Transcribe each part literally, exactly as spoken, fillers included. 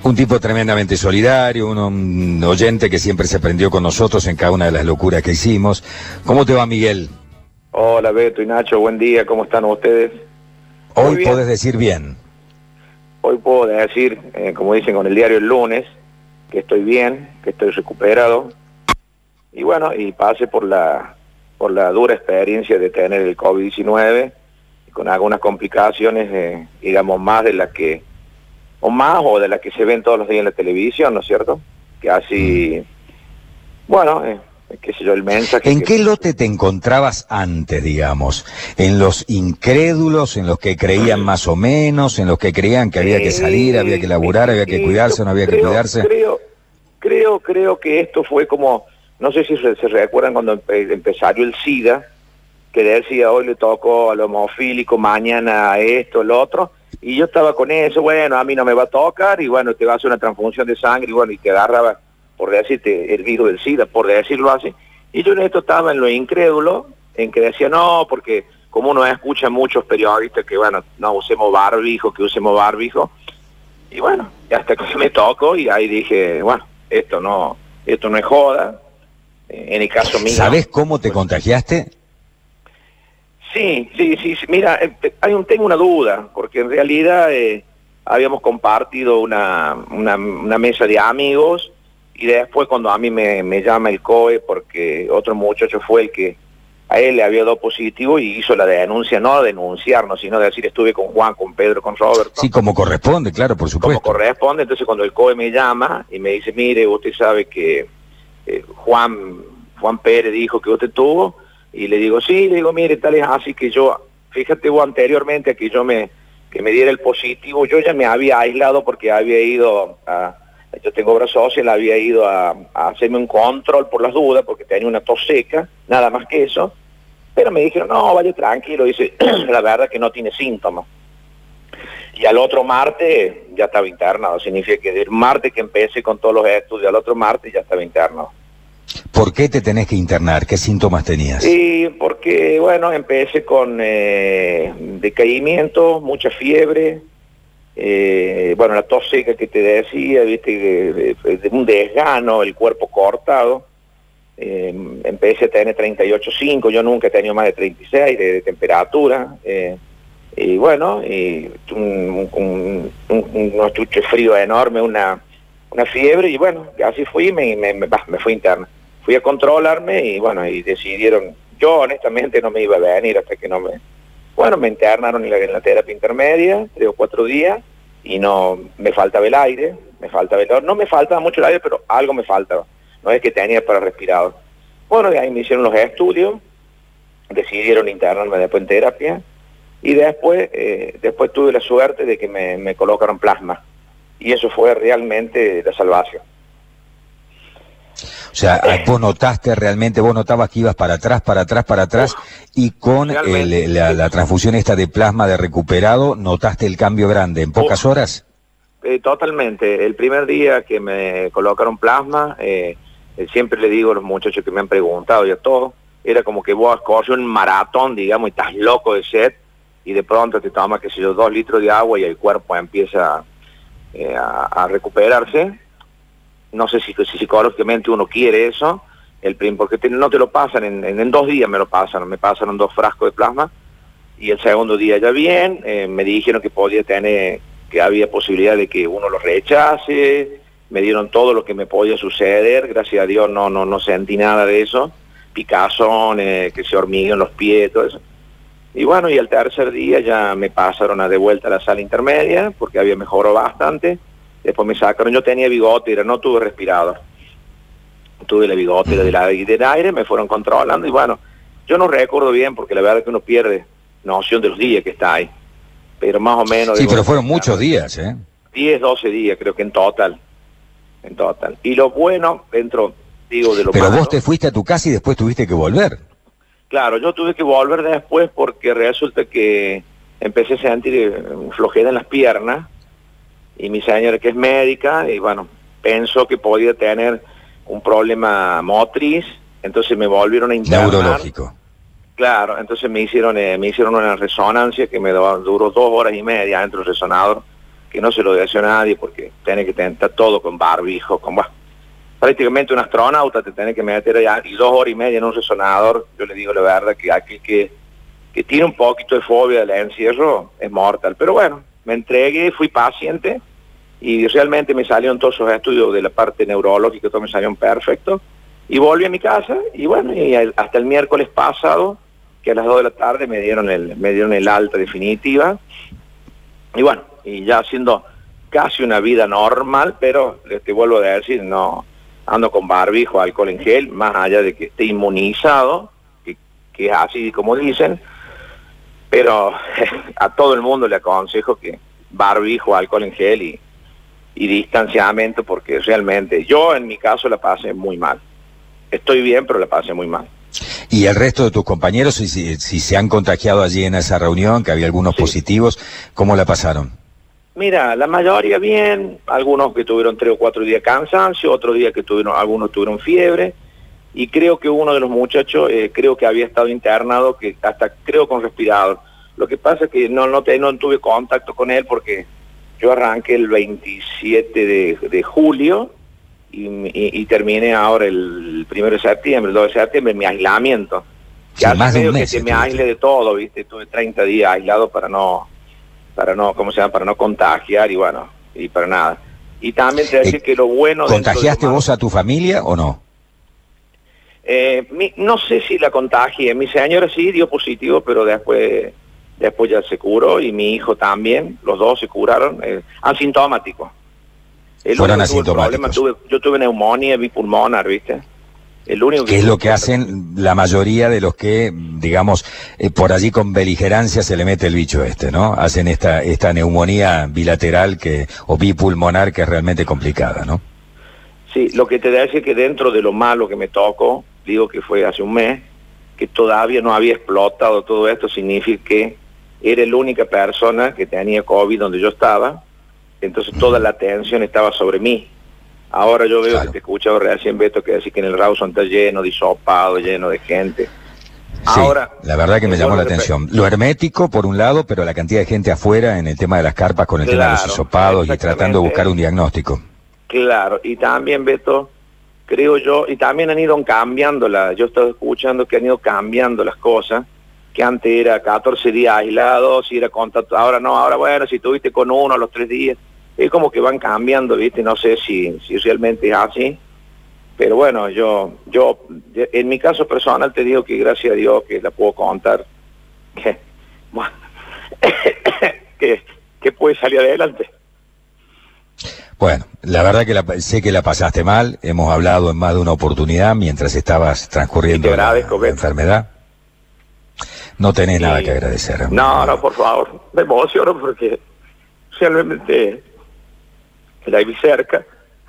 Un tipo tremendamente solidario, un, un oyente que siempre se prendió con nosotros en cada una de las locuras que hicimos. ¿Cómo te va, Miguel? Hola, Beto y Nacho, buen día, ¿cómo están ustedes? Hoy podés decir bien. Hoy puedo decir, eh, como dicen con el diario el lunes, que estoy bien, que estoy recuperado. Y bueno, y pasé por la, por la dura experiencia de tener el COVID diecinueve, con algunas complicaciones, eh, digamos, más de las que, o más o de las que se ven todos los días en la televisión, ¿no es cierto? Que así, bueno, eh, qué sé yo, el mensaje... ¿En que... qué lote te encontrabas antes, digamos? ¿En los incrédulos, en los que creían más o menos, en los que creían que había que salir, había que laburar, había que cuidarse o no había que creo, cuidarse? Creo, creo, creo que esto fue como, no sé si se, se recuerdan cuando empe, empezaron el SIDA, que decía hoy le tocó al homofílico, mañana esto, lo otro, y yo estaba con eso, bueno, a mí no me va a tocar, y bueno, te va a hacer una transfusión de sangre, y bueno, y te agarraba, por decirte, el virus del SIDA, por decirlo así. Y yo en esto estaba en lo incrédulo, en que decía, no, porque como uno escucha muchos periodistas que, bueno, no usemos barbijo, que usemos barbijo, y bueno, hasta que me tocó, y ahí dije, bueno, esto no, esto no es joda, en el caso mío... ¿Sabés cómo te pues, contagiaste? Sí, sí, sí, sí. Mira, hay un, tengo una duda, porque en realidad eh, habíamos compartido una, una, una mesa de amigos, y después cuando a mí me, me llama el C O E, porque otro muchacho fue el que a él le había dado positivo y hizo la denuncia, no denunciarnos, sino decir estuve con Juan, con Pedro, con Roberto. Sí, como corresponde, claro, por supuesto. Como corresponde, entonces cuando el C O E me llama y me dice, mire, usted sabe que eh, Juan, Juan Pérez dijo que usted tuvo, y le digo, sí, le digo, mire, tal es así que yo, fíjate vos, anteriormente a que yo me, que me diera el positivo, yo ya me había aislado porque había ido a, yo tengo obra social, había ido a, a hacerme un control por las dudas, porque tenía una tos seca, nada más que eso, pero me dijeron, no, vaya tranquilo, dice, la verdad que no tiene síntomas. Y al otro martes ya estaba internado, significa que el martes que empecé con todos los estudios, al otro martes ya estaba internado. ¿Por qué te tenés que internar? ¿Qué síntomas tenías? Sí, porque, bueno, empecé con eh, decaimiento, mucha fiebre, eh, bueno, la tos seca que te decía, viste, de, de, de un desgano, el cuerpo cortado, eh, empecé a tener treinta y ocho punto cinco, yo nunca he tenido más de treinta y seis de, de temperatura, eh, y bueno, y un, un, un, un estuche frío enorme, una, una fiebre, y bueno, así fui, me, me, me, me fui interna. Fui a controlarme y bueno, y decidieron, yo honestamente no me iba a venir hasta que no me... Bueno, me internaron en la, en la terapia intermedia, tres o cuatro días, y no, me faltaba el aire, me faltaba el aire, no me faltaba mucho el aire, pero algo me faltaba, no es que tenía para respirar. Bueno, de ahí me hicieron los estudios, decidieron internarme después en terapia, y después, eh, después tuve la suerte de que me, me colocaron plasma, y eso fue realmente la salvación. O sea, vos notaste realmente, vos notabas que ibas para atrás, para atrás, para atrás, y con el, la, la transfusión esta de plasma de recuperado, ¿notaste el cambio grande en pocas horas? Eh, totalmente. El primer día que me colocaron plasma, eh, siempre le digo a los muchachos que me han preguntado y a todos, era como que vos corres un maratón, digamos, y estás loco de sed, y de pronto te tomas, qué sé yo, dos litros de agua y el cuerpo empieza eh, a, a recuperarse. No sé si, si psicológicamente uno quiere eso, el prim, porque te, no te lo pasan, en, en, en dos días me lo pasan, me pasaron dos frascos de plasma, y el segundo día ya bien, eh, me dijeron que podía tener, que había posibilidad de que uno lo rechace, me dieron todo lo que me podía suceder, gracias a Dios no, no, no sentí nada de eso, picazones, que se hormiguean los pies, todo eso. Y bueno, y el tercer día ya me pasaron a de vuelta a la sala intermedia, porque había mejorado bastante. Después me sacaron, yo tenía bigotera, no tuve respirador. Tuve la bigotera del aire, del aire, me fueron controlando y bueno, yo no recuerdo bien porque la verdad es que uno pierde noción de los días que está ahí. Pero más o menos... Sí, digo, pero fueron muchos días, ¿eh? diez, doce días creo que en total. En total. Y lo bueno, dentro, digo, de lo Pero malo, vos te fuiste a tu casa y después tuviste que volver. Claro, yo tuve que volver después porque resulta que empecé a sentir flojera en las piernas, y mi señora, que es médica, y bueno, pensó que podía tener un problema motriz, entonces me volvieron a internar. Neurológico. Claro, entonces me hicieron eh, me hicieron una resonancia que me duró dos horas y media dentro del resonador, que no se lo deseo a nadie porque tiene que tener todo con barbijo, con bah, prácticamente un astronauta, te tiene que meter allá y dos horas y media en un resonador. Yo le digo la verdad que aquel que, que tiene un poquito de fobia del encierro es mortal. Pero bueno, me entregué, fui paciente y realmente me salieron todos esos estudios de la parte neurológica, todos me salieron perfectos. Y volví a mi casa y bueno, y hasta el miércoles pasado, que a las dos de la tarde me dieron el, me dieron el alta definitiva. Y bueno, y ya haciendo casi una vida normal, pero te vuelvo a decir, no ando con barbijo, alcohol en gel, más allá de que esté inmunizado, que, que es así como dicen, pero a todo el mundo le aconsejo que barbijo, alcohol en gel y, y distanciamiento, porque realmente yo en mi caso la pasé muy mal. Estoy bien, pero la pasé muy mal. ¿Y el resto de tus compañeros, si, si, si se han contagiado allí en esa reunión, que había algunos sí. positivos, cómo la pasaron? Mira, la mayoría bien, algunos que tuvieron tres o cuatro días de cansancio, otros días que tuvieron, algunos tuvieron fiebre, y creo que uno de los muchachos, eh, creo que había estado internado, que hasta creo con respirador. Lo que pasa es que no, no, te, no tuve contacto con él porque yo arranqué el veintisiete de, de julio, Y, y, y terminé ahora el primero de septiembre, el dos de septiembre, mi aislamiento. Sí, que más de un mes, que me aísle de todo, ¿viste? Tuve treinta días aislado para no, para no, ¿cómo se llama? Para no contagiar y bueno, y para nada. Y también te decía eh, que lo bueno... ¿Contagiaste de vos a tu familia o no? Eh, mi, no sé si la contagié. Mi señora sí dio positivo, pero después, después ya se curó y mi hijo también, los dos se curaron, eh, asintomáticos. El Fueron asintomáticos. Tuve, yo tuve neumonía bipulmonar, ¿viste? El único que ¿Qué es lo que hacen la mayoría de los que, digamos, eh, por allí con beligerancia se le mete el bicho este, ¿no? Hacen esta esta neumonía bilateral que o bipulmonar que es realmente complicada, ¿no? Sí, lo que te decía es que dentro de lo malo que me tocó, digo que fue hace un mes, que todavía no había explotado todo esto, significa que era la única persona que tenía COVID donde yo estaba. Entonces toda la atención estaba sobre mí. Ahora yo veo claro. que te he escuchado recién, Beto, que decir que en el Rawson está lleno de hisopado, lleno de gente. Sí, ahora, la verdad que me llamó la atención. Lo hermético, por un lado, pero la cantidad de gente afuera en el tema de las carpas con el claro, tema de los hisopados y tratando de buscar un diagnóstico. Claro, y también, Beto, creo yo, y también han ido cambiando, la, yo estaba escuchando que han ido cambiando las cosas, que antes era catorce días aislados, si era contacto, ahora no, ahora bueno, si tuviste con uno a los tres días, es como que van cambiando, ¿viste? No sé si, si realmente es así, pero bueno, yo, yo, en mi caso personal te digo que gracias a Dios que la puedo contar, que, bueno, que, que puede salir adelante. Bueno, la verdad que la, sé que la pasaste mal, hemos hablado en más de una oportunidad mientras estabas transcurriendo la, la enfermedad. No tenés sí. nada que agradecer. No, no, por favor, me emociono porque realmente la vi cerca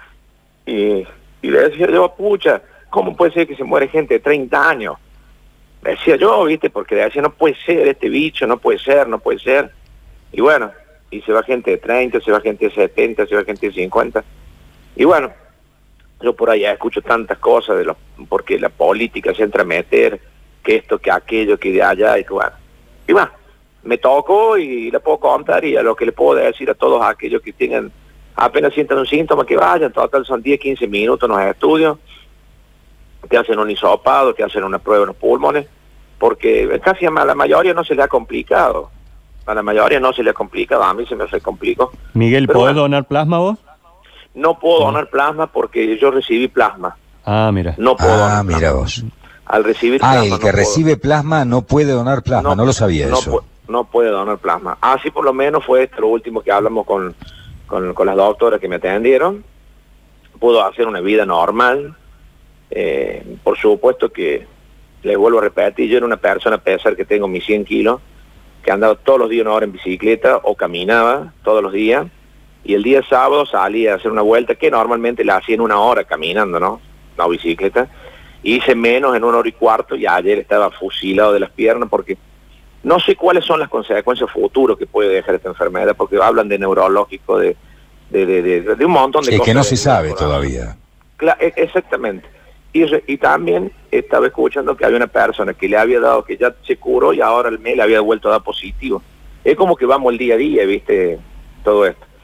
y, y le decía yo, pucha, ¿cómo puede ser que se muere gente de treinta años? Le decía yo, ¿viste? Porque le decía, no puede ser este bicho, no puede ser, no puede ser. Y bueno, y se va gente de treinta, se va gente de setenta, se va gente de cincuenta. Y bueno, yo por allá escucho tantas cosas de los, porque la política se entra a meter, que esto, que aquello, que de allá, y que bueno. Y bueno, me tocó y le puedo contar y a lo que le puedo decir a todos aquellos que tengan, apenas sientan un síntoma, que vayan, total son diez, quince minutos en los estudios, te hacen un hisopado, te hacen una prueba en los pulmones, porque casi a la mayoría no se le ha complicado, a la mayoría no se le ha complicado, a mí se me hace complicado. Miguel, ¿podés bueno, donar plasma vos? No puedo donar plasma porque yo recibí plasma. Ah, mira. No puedo ah, donar mira plasma. vos. Al recibir ah, plasma, el no que puedo. recibe plasma no puede donar plasma, no, no lo sabía no eso. Pu no puede donar plasma. Así por lo menos fue esto lo último que hablamos con, con, con las doctoras que me atendieron. Pudo hacer una vida normal. Eh, por supuesto que, les vuelvo a repetir, yo era una persona, a pesar que tengo mis cien kilos, que andaba todos los días una hora en bicicleta o caminaba todos los días. Y el día sábado salía a hacer una vuelta que normalmente la hacía en una hora caminando, ¿no? No bicicleta. Hice menos en una hora y cuarto y ayer estaba fusilado de las piernas porque no sé cuáles son las consecuencias futuras que puede dejar esta enfermedad, porque hablan de neurológico, de, de, de, de, de un montón de sí, cosas. Que no se de, sabe de, todavía. Claro, exactamente. Y, y también estaba escuchando que había una persona que le había dado, que ya se curó y ahora el mes le había vuelto a dar positivo. Es como que vamos el día a día, ¿viste? Todo esto.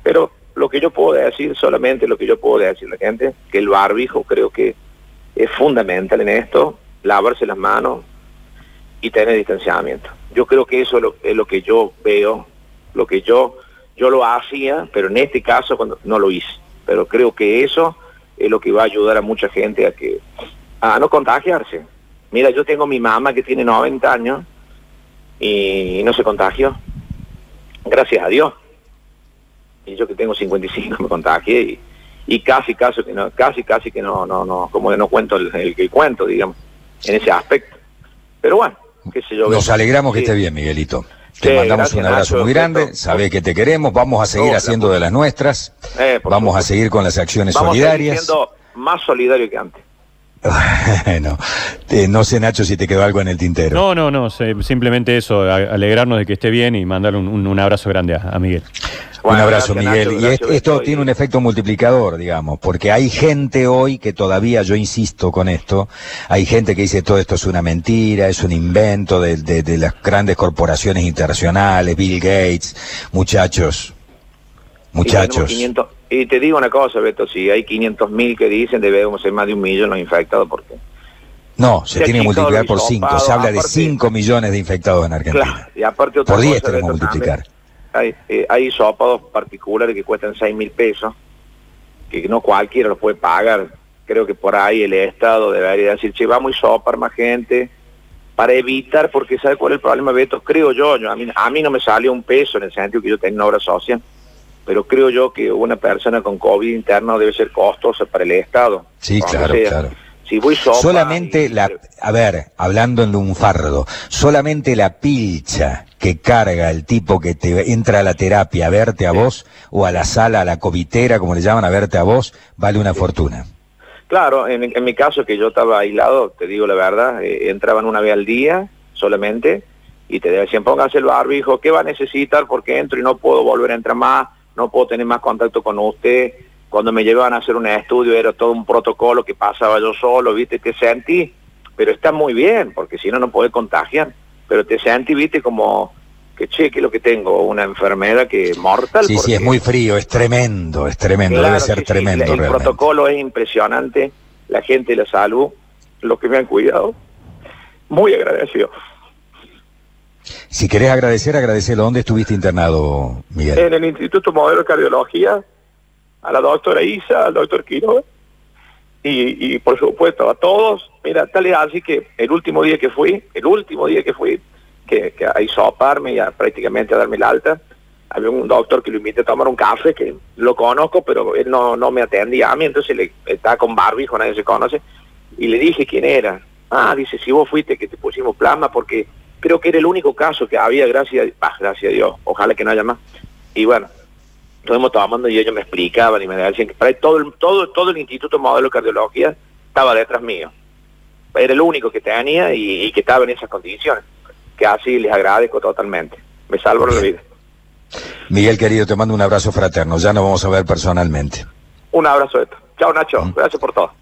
Pero lo que yo puedo decir, solamente lo que yo puedo decir a la gente, que el barbijo creo que es fundamental en esto, lavarse las manos y tener distanciamiento. Yo creo que eso es lo, es lo que yo veo, lo que yo, yo lo hacía, pero en este caso cuando no lo hice. Pero creo que eso es lo que va a ayudar a mucha gente a que a no contagiarse. Mira, yo tengo mi mamá que tiene noventa años y no se contagió, gracias a Dios. Y yo que tengo cincuenta y cinco me contagié y, y casi, casi que no, casi, casi que no, no, no, como que no cuento el, el, el cuento, digamos, en ese aspecto. Pero bueno, qué sé yo. Nos alegramos sí. que esté bien, Miguelito. Te sí, mandamos gracias, un abrazo Nacho, muy grande, perfecto. Sabés que te queremos, vamos a seguir oh, haciendo de las nuestras, eh, vamos supuesto. a seguir con las acciones vamos solidarias. Vamos a seguir siendo más solidario que antes. Bueno, eh, no sé, Nacho, si te quedó algo en el tintero. No, no, no, simplemente eso, alegrarnos de que esté bien y mandarle un, un, un abrazo grande a, a Miguel. Bueno, un abrazo, gracias, Miguel. Nacho, y gracias, esto estoy... tiene un efecto multiplicador, digamos, porque hay gente hoy que todavía, yo insisto con esto, hay gente que dice todo esto es una mentira, es un invento de, de, de las grandes corporaciones internacionales, Bill Gates, muchachos, muchachos. Y, quinientos, y te digo una cosa, Beto, si hay quinientos mil que dicen, debemos ser más de un millón los infectados, porque... No, se, se tiene que multiplicar por cinco, se habla de cinco millones de infectados en Argentina. Claro, y aparte otra por diez cosa, tenemos que multiplicar. También. Hay, eh, hay hisopados particulares que cuestan seis mil pesos, que no cualquiera los puede pagar. Creo que por ahí el Estado debería decir, che, vamos a hisopar más gente para evitar, porque ¿sabe cuál es el problema, Beto? Creo yo, yo a, mí, a mí no me salió un peso en el sentido que yo tengo una obra social, pero creo yo que una persona con COVID interno debe ser costosa para el Estado. Sí, claro, sea. claro. Si voy sopa solamente y... la, a ver, hablando en un fardo, solamente la pilcha que carga el tipo que te entra a la terapia a verte a sí. vos, o a la sala, a la covitera, como le llaman, a verte a vos, vale una sí. fortuna. Claro, en, en mi caso que yo estaba aislado, te digo la verdad, eh, entraban una vez al día solamente, y te decían, póngase el barbijo, ¿qué va a necesitar? Porque entro y no puedo volver a entrar más, no puedo tener más contacto con usted. Cuando me llevaban a hacer un estudio era todo un protocolo que pasaba yo solo, viste, te sentí, pero está muy bien, porque si no, no podés contagiar, pero te sentí, viste, como que che, que lo que tengo, una enfermedad que es mortal. Sí, porque... sí, es muy frío, es tremendo, es tremendo, claro, debe ser sí, tremendo sí, el realmente. Protocolo es impresionante, la gente de la salud, los que me han cuidado, muy agradecido. Si querés agradecer, agradecelo. ¿Dónde estuviste internado, Miguel? En el Instituto Modelo de Cardiología, a la doctora Isa, al doctor Quiroga, y, y por supuesto a todos. Mira, tal es así que el último día que fui, el último día que fui, que, que a hisoparme y a, prácticamente a darme el alta, había un doctor que lo invité a tomar un café, que lo conozco, pero él no, no me atendía a mí, entonces le, estaba con barbijo, nadie se conoce, y le dije quién era. Ah, dice, si vos fuiste que te pusimos plasma, porque creo que era el único caso que había, gracias a, ah, gracias a Dios, ojalá que no haya más. Y bueno, estuvimos tomando y ellos me explicaban y me decían que para todo el, todo, todo el Instituto Modelo de Cardiología estaba detrás mío. Era el único que tenía y, y que estaba en esas condiciones, que así les agradezco totalmente. Me salvo la vida. Miguel, querido, te mando un abrazo fraterno. Ya nos vamos a ver personalmente. Un abrazo, esto. Chao, Nacho. ¿Mm? Gracias por todo.